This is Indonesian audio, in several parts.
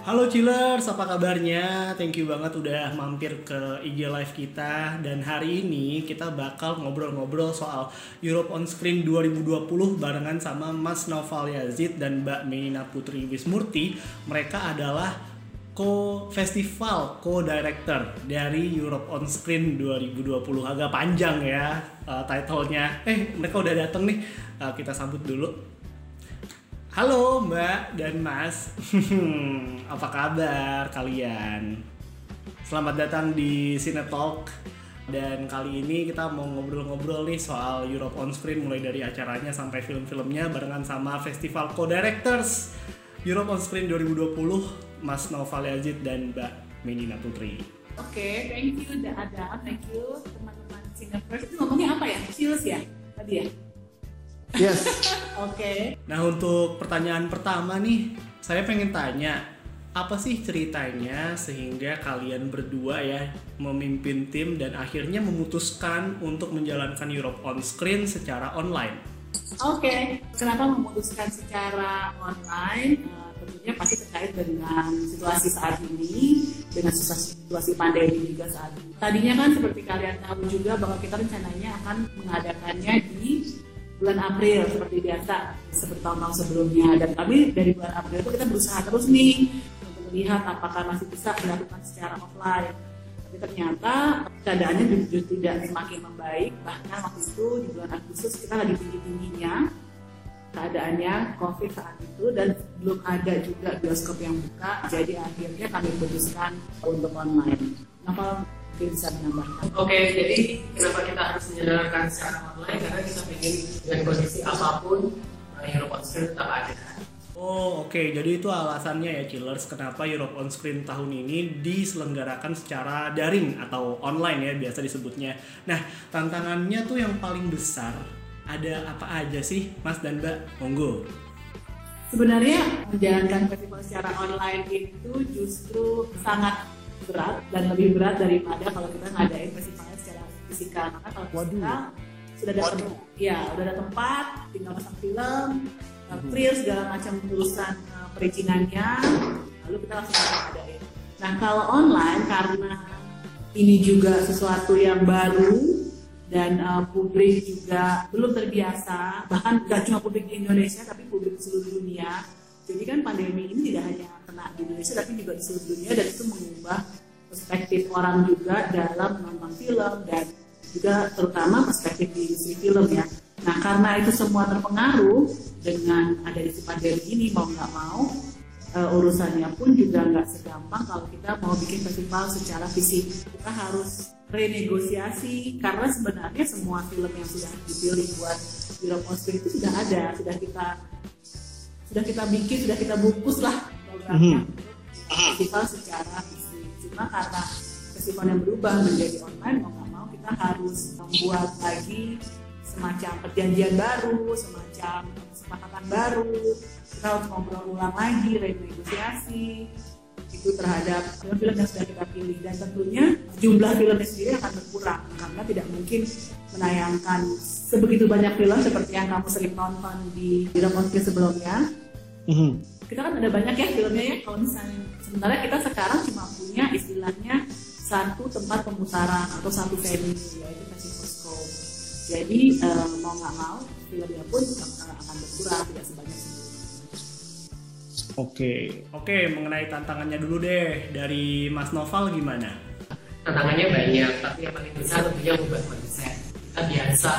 Halo Chillers, apa kabarnya? Thank you banget udah mampir ke IG Live kita. Dan hari ini kita bakal ngobrol-ngobrol soal Europe on Screen 2020 barengan sama Mas Naufal Yazid dan Mbak Menina Putri Wismurti. Mereka adalah co-director dari Europe on Screen 2020. Agak panjang ya title-nya. Mereka udah dateng nih. Kita sambut dulu. Halo Mbak dan Mas, apa kabar kalian? Selamat datang di Cinetalk. Dan kali ini kita mau ngobrol-ngobrol nih soal Europe on Screen, mulai dari acaranya sampai film-filmnya barengan sama Festival Co-Directors Europe on Screen 2020, Mas Naufal Yazid dan Mbak Menina Putri. Oke, thank you Adam, thank you teman-teman Cinefers. Itu ngomongnya apa ya? Cheers ya tadi ya? Yes. Oke. Nah, untuk pertanyaan pertama nih, saya pengen tanya, apa sih ceritanya sehingga kalian berdua ya memimpin tim dan akhirnya memutuskan untuk menjalankan Europe on Screen secara online? Oke. Kenapa memutuskan secara online? Tentunya pasti terkait dengan situasi saat ini, dengan situasi pandemi juga saat ini. Tadinya kan seperti kalian tahu juga bahwa kita rencananya akan mengadakannya di bulan April seperti biasa, seperti tahun-tahun sebelumnya. Dan kami dari bulan April itu kita berusaha terus nih untuk melihat apakah masih bisa dilakukan secara offline. Tapi ternyata keadaannya justru tidak semakin membaik. Bahkan waktu itu di bulan Agustus kita lagi tinggi-tingginya keadaannya COVID saat itu, dan belum ada juga bioskop yang buka. Jadi akhirnya kami putuskan untuk online. Nah, kalau mungkin bisa menambahkan. Oke, jadi kenapa kita harus menjalankan secara online? Karena kita ingin dengan kondisi apapun Europe on Screen tetap ada. Oh oke. Jadi itu alasannya ya Chillers, kenapa Europe on Screen tahun ini diselenggarakan secara daring atau online ya biasa disebutnya. Nah, tantangannya tuh yang paling besar ada apa aja sih Mas dan Mbak? Monggo. Sebenarnya menjalankan festival secara online itu justru sangat berat dan lebih berat daripada kalau kita ngadain festivalnya secara fisikal. Karena kalau kita sudah ada tempat, tinggal pasang film, clear segala macam urusan perizinannya, lalu kita langsung ngadain. Nah, kalau online karena ini juga sesuatu yang baru dan publik juga belum terbiasa, bahkan gak cuma publik di Indonesia tapi publik di seluruh dunia. Jadi kan pandemi ini tidak hanya kena di Indonesia tapi juga di seluruh dunia, dan itu mengubah perspektif orang juga dalam menonton film dan juga terutama perspektif di industri film ya. Nah, karena itu semua terpengaruh dengan adanya pandemi ini, mau nggak mau urusannya pun juga nggak segampang kalau kita mau bikin festival secara fisik. Kita harus renegosiasi karena sebenarnya semua film yang sudah dipilih buat Europe on Screen itu sudah ada, sudah kita bikin, sudah kita bungkus lah programnya untuk festival secara fisik. Cuma karena festival yang berubah menjadi online, mau nggak mau kita harus membuat lagi semacam perjanjian baru, semacam kesepakatan baru. Kita harus ngobrol ulang lagi, renegosiasi itu terhadap film-film yang sudah kita pilih, dan tentunya jumlah filmnya sendiri akan berkurang karena tidak mungkin menayangkan sebegitu banyak film seperti yang kamu sering nonton di Europe on Screen sebelumnya. Kita kan ada banyak ya filmnya ya, kalau misalnya sementara kita sekarang cuma punya istilahnya satu tempat pemutaran atau satu venue, yaitu Festivalscope. Jadi mau nggak mau filmnya pun akan berkurang, tidak sebanyak sebelumnya. Oke, mengenai tantangannya dulu deh, dari Mas Naufal gimana? Tantangannya banyak, tapi yang paling besar tentunya membuat mindset. Kita biasa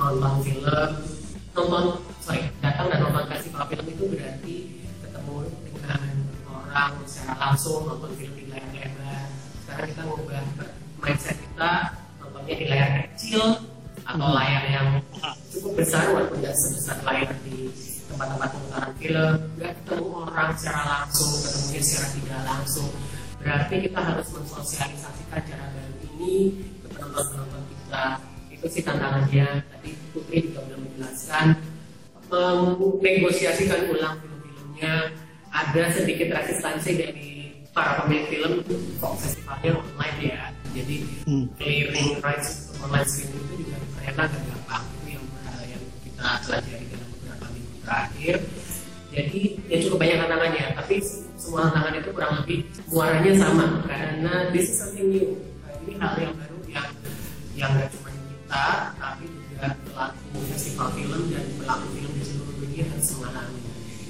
datang dan nonton festival film itu berarti ketemu dengan orang secara langsung, nonton film di layar lebar. Sekarang kita ngubah mindset kita, nontonnya di layar kecil atau layar yang cukup besar, walaupun tidak sebesar layar di tempat-tempat pemutaran film. Nggak ketemu orang secara langsung, ketemunya secara tidak langsung. Berarti kita harus mensosialisasikan cara baru ini ke penonton-penonton kita. Itu sih tantangannya. Tadi Putri juga sudah menjelaskan, menegosiasikan ulang film-filmnya. Ada sedikit resistansi dari para pemilik film, kok festivalnya online ya. Jadi clearing rights online streaming itu juga ternyata agak gampang. Itu yang kita pelajari dalam beberapa minggu terakhir. Jadi ya cukup banyak tantangannya, tapi semua tantangan itu kurang lebih muaranya sama karena this is something new. Ini hal yang baru yang nggak cuma kita tapi juga pelaku festival film dan pelaku film di seluruh dunia harus mengalami.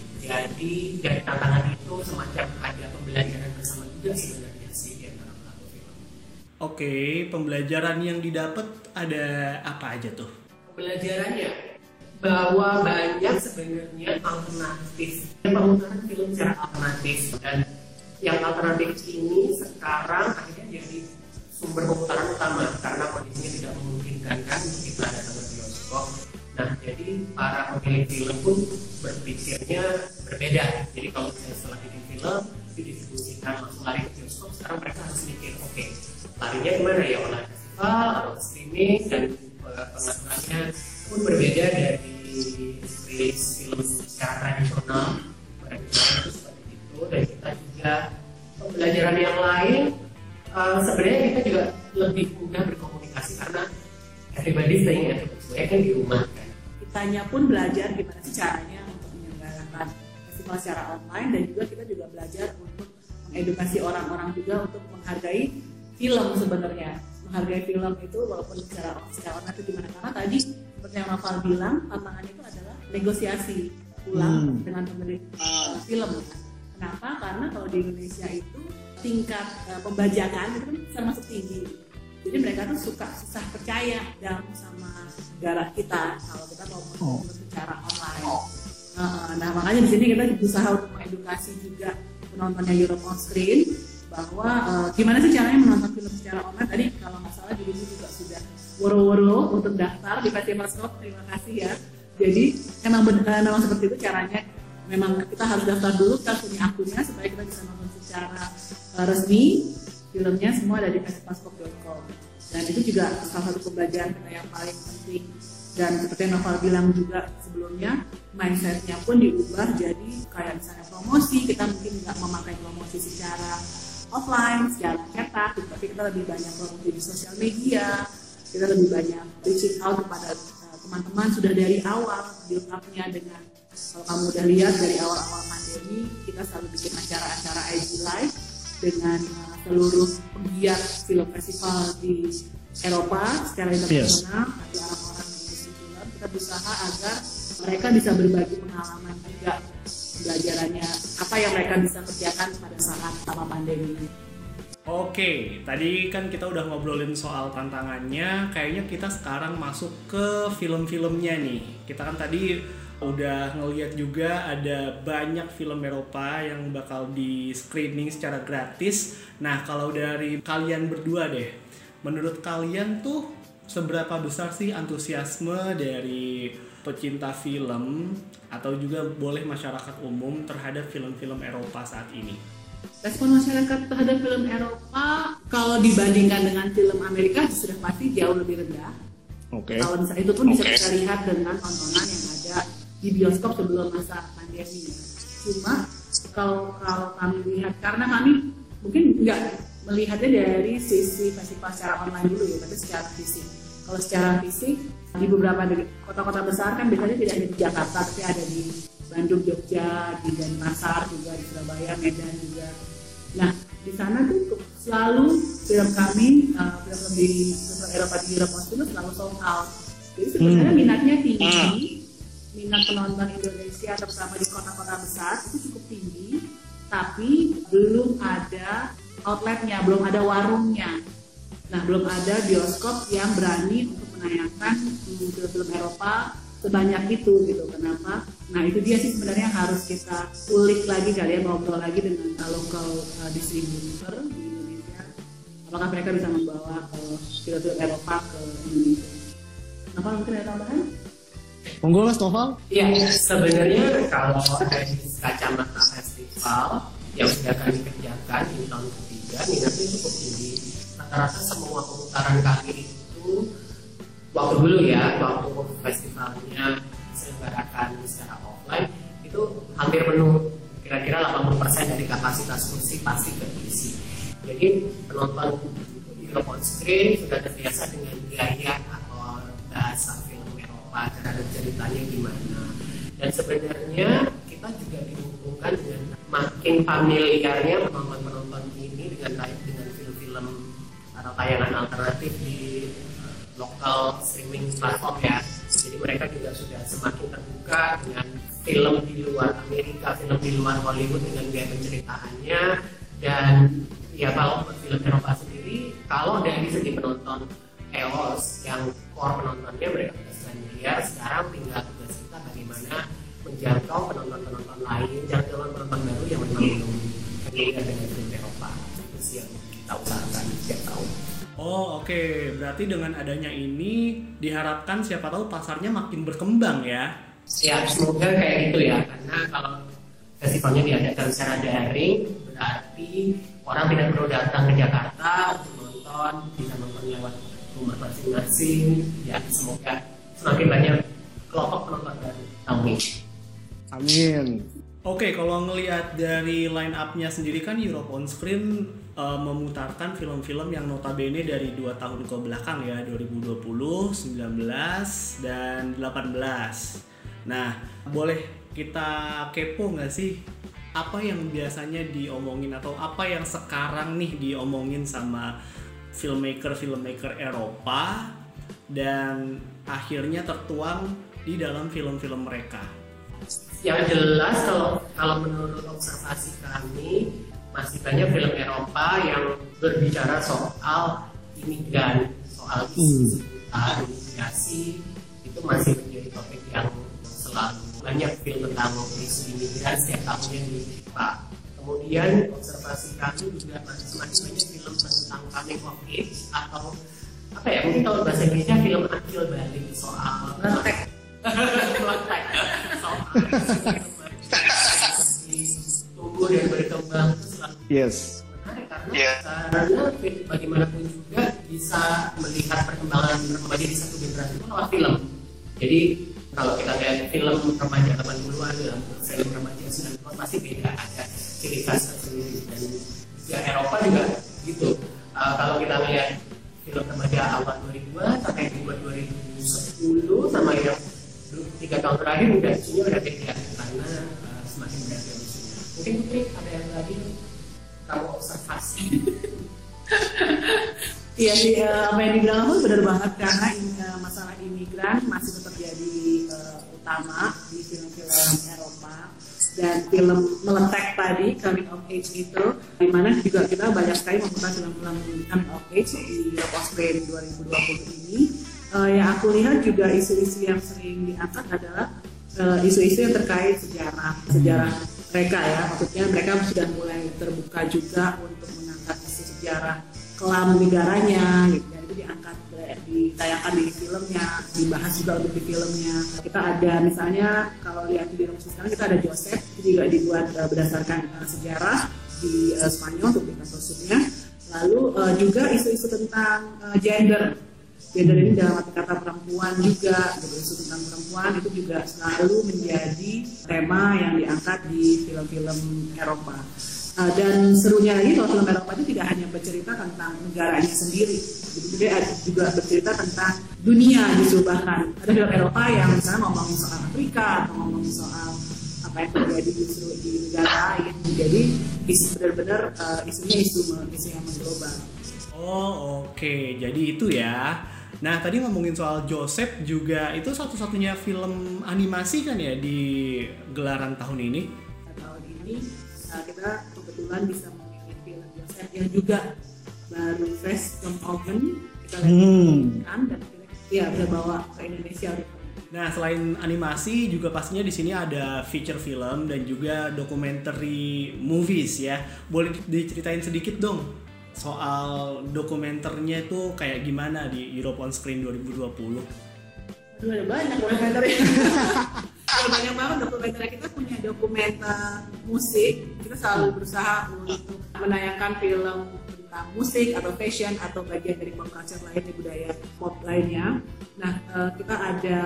Jadi dari tantangan itu semacam ada pembelajaran bersama juga sebenarnya sih di antara pelaku film. Oke, pembelajaran yang didapat ada apa aja tuh? Pembelajarannya bahwa banyak sebenarnya alternatif pemutaran film secara alternatif, dan yang alternatif ini sekarang akhirnya jadi sumber pemutaran utama karena kondisinya tidak memungkinkan kan untuk kita datang ke bioskop. Nah, jadi para pemilik film pun berpikirnya berbeda. Jadi kalau misalnya setelah bikin film didistribusikan langsung lari ke bioskop, sekarang mereka harus mikir, oke, larinya kemana ya, online festival atau streaming, dan pengaturannya pun berbeda dari rilis film secara tradisional. Pada itu seperti itu, dan kita juga pembelajaran yang lain. Sebenarnya kita juga lebih mudah berkomunikasi karena everybody staying at home, semuanya kan di rumah kan. Kitanya pun belajar gimana sih caranya untuk menyelenggarakan festival secara online, dan juga kita juga belajar untuk mengedukasi orang-orang juga untuk menghargai film sebenarnya. Menghargai film itu walaupun secara online itu gimana, karena tadi seperti yang Noval bilang, tantangan itu adalah negosiasi ulang dengan pemilik film. Kenapa? Karena kalau di Indonesia itu tingkat pembajakan itu kan termasuk tinggi. Jadi mereka tuh susah percaya sama negara kita kalau kita mau film secara online. Nah, makanya di sini kita berusaha untuk mengedukasi juga penontonnya Europe on Screen bahwa gimana sih caranya menonton film secara online. Tadi kalau nggak salah dulu juga sudah woro-woro untuk daftar di Festivalscope. Terima kasih ya. Jadi memang seperti itu caranya. Memang kita harus daftar dulu, kita punya akunnya supaya kita bisa nonton secara resmi filmnya, semua ada di festivalscope.com. Dan itu juga salah satu pembelajaran kita yang paling penting. Dan seperti yang Noval bilang juga sebelumnya, mindsetnya pun diubah jadi kayak misalnya promosi, kita mungkin nggak memakai promosi secara offline, secara cetak, tapi kita lebih banyak promosi di sosial media, kita lebih banyak reaching out kepada teman-teman sudah dari awal, build up-nya dengan, kalau kamu udah lihat dari awal-awal pandemi, kita selalu bikin acara-acara IG Live dengan seluruh penggiat film festival di Eropa secara internasional, ada orang-orang di industri film. Kita berusaha agar mereka bisa berbagi pengalaman juga, pembelajarannya, apa yang mereka bisa kerjakan pada saat selama pandemi. Oke, tadi kan kita udah ngobrolin soal tantangannya, kayaknya kita sekarang masuk ke film-filmnya nih. Kita kan tadi udah ngeliat juga ada banyak film Eropa yang bakal di screening secara gratis. Nah, kalau dari kalian berdua deh, menurut kalian tuh seberapa besar sih antusiasme dari pecinta film atau juga boleh masyarakat umum terhadap film-film Eropa saat ini? Respon masyarakat terhadap film Eropa kalau dibandingkan dengan film Amerika sudah pasti jauh lebih rendah. Kalau misalnya itu pun bisa kita lihat dengan tontonan yang ada di bioskop sebelum masa pandemi. Cuma kalau kami lihat, karena kami mungkin nggak melihatnya dari sisi festival secara online dulu ya, tapi secara fisik. Kalau secara fisik di beberapa kota-kota besar kan biasanya tidak ada di Jakarta, tapi ada di Bandung, Jogja, di Denpasar juga, di Surabaya, Medan juga. Nah, di sana tuh selalu film kami, film di Eropa di Europe itu selalu sold out. Jadi sebenarnya minatnya tinggi, minat penonton Indonesia terutama di kota-kota besar itu cukup tinggi, tapi belum ada outletnya, belum ada warungnya. Nah, belum ada bioskop yang berani untuk menayangkan film-film Eropa sebanyak itu gitu. Kenapa? Nah, itu dia sih sebenarnya yang harus kita ulik lagi kali ya, ngobrol lagi dengan local distributor di Indonesia. Apakah mereka bisa membawa film-film Eropa ke Indonesia? Apa mungkin ada tambahan? Monggo Mas Noval. Ya, sebenarnya kalau dari kacamata festival yang sudah kami kerjakan di tahun ketiga, minatnya cukup tinggi. Rata-rata semua pemutaran kami itu waktu dulu ya, waktu festivalnya diselenggarakan secara offline itu hampir penuh, kira-kira 80% dari kapasitas kursi pasti terisi. Jadi penonton Europe on Screen sudah terbiasa dengan gaya atau bahasa film Eropa, cara ceritanya gimana. Dan sebenarnya kita juga dihubungkan dengan makin familiarnya penonton-penonton ini dengan film-film atau tayangan alternatif di lokal streaming platform ya. Jadi mereka juga sudah semakin terbuka dengan film di luar Amerika, film di luar Hollywood dengan gaya penceritaannya. Dan ya kalau buat film Eropa sendiri, kalau dari segi penonton EOS yang core penontonnya mereka sudah familiar, sekarang tinggal tugas kita bagaimana menjangkau penonton-penonton lain, jangkauan penonton baru yang memang belum familiar dengan film Eropa. Itu sih yang kita usahakan setiap tahun. Oh oke. Berarti dengan adanya ini diharapkan siapa tahu pasarnya makin berkembang ya? Ya semoga kayak gitu ya, karena kalau festivalnya diadakan secara daring berarti orang tidak perlu datang ke Jakarta untuk nonton, bisa nonton lewat rumah masing-masing. Ya semoga semakin banyak kelompok penonton baru tahun ini. Amin. Oke, kalau ngelihat dari line up-nya sendiri kan Europe On Screen memutarkan film-film yang notabene dari 2 tahun ke belakang ya, 2020, 19, dan 18. Nah, boleh kita kepo nggak sih apa yang biasanya diomongin atau apa yang sekarang nih diomongin sama filmmaker Eropa dan akhirnya tertuang di dalam film-film mereka? Yang jelas kalau menurut observasi kami masih banyak film Eropa yang berbicara soal imigran, soal isu seputar imigrasi. Itu masih menjadi topik yang selalu banyak film tentang isu imigran setiap tahunnya dibuka. Kemudian observasi kami juga masih semakin banyak film tentang coming of age atau apa ya, mungkin kalau bahasa Indonesia film akil balik soal meletek soal tumbuh dan berkembang itu selalu menarik karena bagaimanapun juga bisa melihat perkembangan remaja di satu generasi itu lewat film. Jadi kalau kita lihat film remaja 80-an dengan film remaja 90-an pasti beda, ada ciri khas tersendiri. Dan ya Eropa juga gitu. Kalau kita lihat film remaja awal 2000-an sampai dibuat 2010 sama yang 3 tahun terakhir udah isunya udah beda karena semakin beragam isunya. Mungkin Putri ada yang lagi kamu observasi? Iya sih, apa yang dibilang aku benar banget karena masalah imigran masih tetap jadi utama di film-film Eropa. Dan film meletek tadi, coming of age itu, dimana juga kita banyak sekali memutar film-film coming of age di Europe On Screen 2020 ini. Yang aku lihat juga isu-isu yang sering diangkat adalah isu-isu yang terkait sejarah mereka ya. Maksudnya mereka sudah mulai terbuka juga untuk mengangkat isu sejarah kelam negaranya gitu. Dan itu diangkat, ditayangkan di filmnya, dibahas juga untuk di filmnya. Kita ada misalnya kalau lihat di Eropa sekarang kita ada Joseph, itu juga dibuat berdasarkan sejarah di Spanyol untuk dikasosnya. Lalu juga isu-isu tentang gender ini dalam arti kata perempuan juga, isu tentang perempuan itu juga selalu menjadi tema yang diangkat di film-film Eropa. Dan serunya lagi kalau film Eropa itu tidak hanya bercerita tentang negaranya sendiri, dia juga bercerita tentang dunia justru. Bahkan ada film Eropa yang misalnya ngomongin soal Afrika atau ngomongin soal apa yang terjadi justru di negara lain. Jadi benar-benar isunya isu yang mengglobal. Oh oke. Jadi itu ya. Nah tadi ngomongin soal Joseph juga, itu satu-satunya film animasi kan ya di gelaran tahun ini? Tahun ini kita kebetulan bisa memilih film Joseph yang juga baru fresh from oven. Kita lihat kan dan ya udah bawa ke Indonesia. Nah selain animasi juga pastinya di sini ada feature film dan juga documentary movies ya. Boleh diceritain sedikit dong soal dokumenternya itu kayak gimana di Europe On Screen 2020? Ada banyak dokumenter. Ada banyak banget dokumenter. Kita punya dokumenter musik. Kita selalu berusaha untuk menayangkan film tentang musik atau fashion atau bagian dari pop culture lainnya, budaya pop lainnya. Nah, kita ada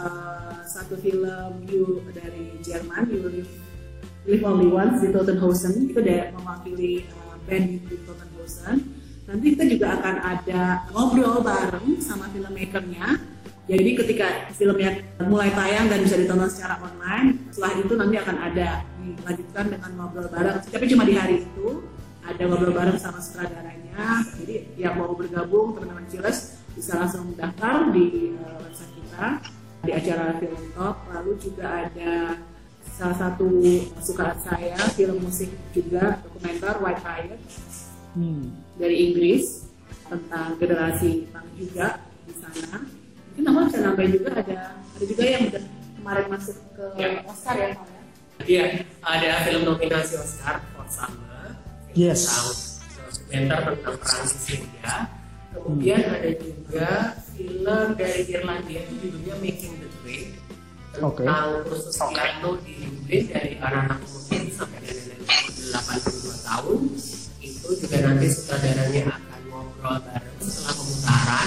satu film dari Jerman, You Live Only Once di Tottenhausen. Itu dia mewakili band di Tottenhausen. Nanti kita juga akan ada ngobrol bareng sama filmmakernya Jadi ketika filmnya mulai tayang dan bisa ditonton secara online, setelah itu nanti akan ada dilanjutkan dengan ngobrol bareng. Tapi cuma di hari itu ada ngobrol bareng sama sutradaranya. Jadi yang mau bergabung teman-teman Ciles bisa langsung daftar di website kita di acara Film Talk. Lalu juga ada salah satu kesukaan saya, film musik juga, dokumenter White Riot dari Inggris tentang generasi punk juga di sana. Mungkin nama bisa nambahin juga, ada juga yang udah kemarin masuk ke Oscar ya Pak ya? Iya, ada film nominasi Oscar for Summer. Yes. Dokumenter tentang perang Syria. Kemudian ada juga film dari Irlandia itu judulnya Making the Grade tentang kursus piano di Inggris dari anak-anak umur sampai nenek 82 tahun. Itu juga nanti sutradaranya akan ngobrol bareng setelah pemutaran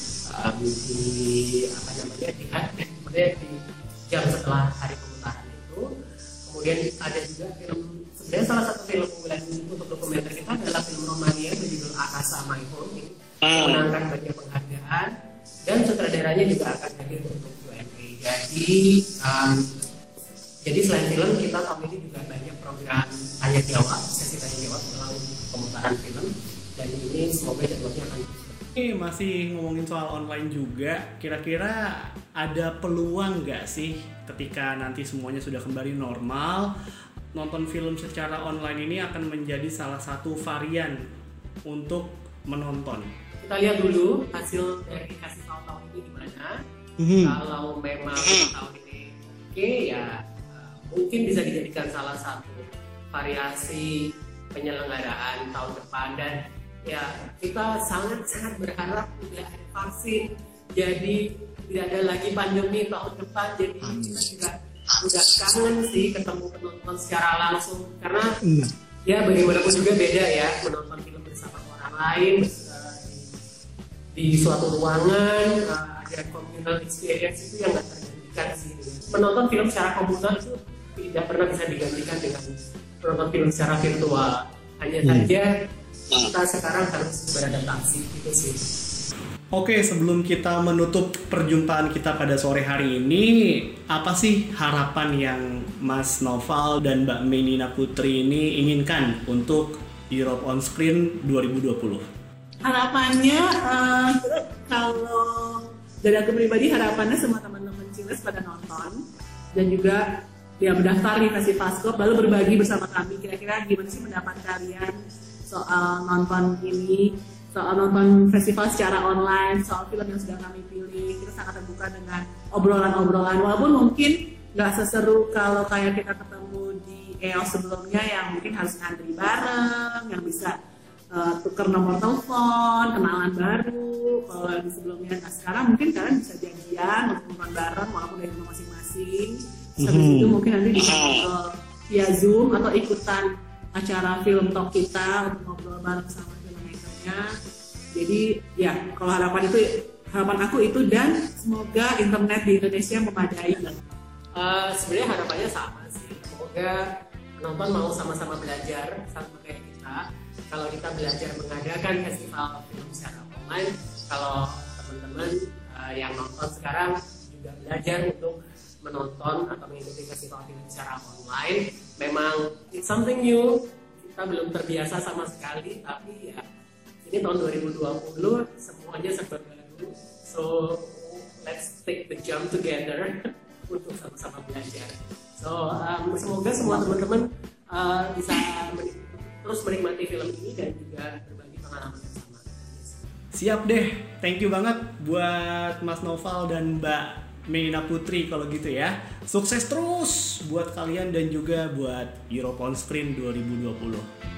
di di jam setelah hari pemutaran itu. Kemudian ada juga film, sebenarnya salah satu film unggulan untuk dokumenter kita adalah film Romania berjudul Akasa My Home, menangkan banyak penghargaan dan sutradaranya juga akan hadir untuk Q&A. Jadi selain film kita tahun ini juga banyak program tanya jawab, sesi tanya jawab melalui pemutaran film, dan ini semoga jadwalnya akan Ini masih ngomongin soal online juga, kira-kira ada peluang nggak sih ketika nanti semuanya sudah kembali normal, nonton film secara online ini akan menjadi salah satu varian untuk menonton? Kita lihat dulu hasil dari kasih tahu tahun ini gimana. Kalau memang tahun ini oke, ya mungkin bisa dijadikan salah satu variasi penyelenggaraan tahun depan. Dan ya kita sangat berharap udah ada vaksin, jadi tidak ada lagi pandemi tahun depan. Jadi kita juga udah kangen sih ketemu penonton secara langsung, karena ya bagaimanapun juga beda ya menonton film bersama orang lain di suatu ruangan, ada communal experience itu yang nggak tergantikan sih. Menonton film secara komunal itu tidak pernah bisa digantikan dengan menonton film secara virtual. Hanya saja kita sekarang harus beradaptasi gitu sih. Oke, sebelum kita menutup perjumpaan kita pada sore hari ini, apa sih harapan yang Mas Noval dan Mbak Menina Putri ini inginkan untuk Europe on Screen 2020? Harapannya kalau dari aku pribadi, harapannya semua teman-teman Ciles pada nonton dan juga ya mendaftar di Festival Scope, lalu berbagi bersama kami kira-kira gimana sih pendapat kalian soal nonton ini, soal nonton festival secara online, soal film yang sudah kami pilih. Kita sangat terbuka dengan obrolan-obrolan, walaupun mungkin nggak seseru kalau kayak kita ketemu di EOS sebelumnya yang mungkin harus ngantri bareng, yang bisa tukar nomor telepon, kenalan baru. Kalau di sebelumnya, nah sekarang mungkin kalian bisa janjian untuk nonton bareng walaupun dari rumah masing-masing. Habis itu mungkin nanti bisa ngobrol via Zoom atau ikutan acara film talk kita untuk ngobrol bareng sama filmmakernya. Jadi ya kalau harapan aku itu, dan semoga internet di Indonesia memadai. Sebenarnya harapannya sama sih. Semoga penonton mau sama-sama belajar sama kayak kita. Kalau kita belajar mengadakan festival film secara online, kalau teman-teman yang nonton sekarang juga belajar untuk menonton atau mengikuti festival film secara online, memang it's something new. Kita belum terbiasa sama sekali, tapi ya ini tahun 2020 semuanya serba baru. So let's take the jump together untuk sama-sama belajar. So semoga semua teman-teman bisa terus menikmati film ini dan juga berbagi pengalaman bersama. Siap deh, thank you banget buat Mas Noval dan Mbak Menina Putri kalau gitu ya. Sukses terus buat kalian dan juga buat Europe on Screen 2020.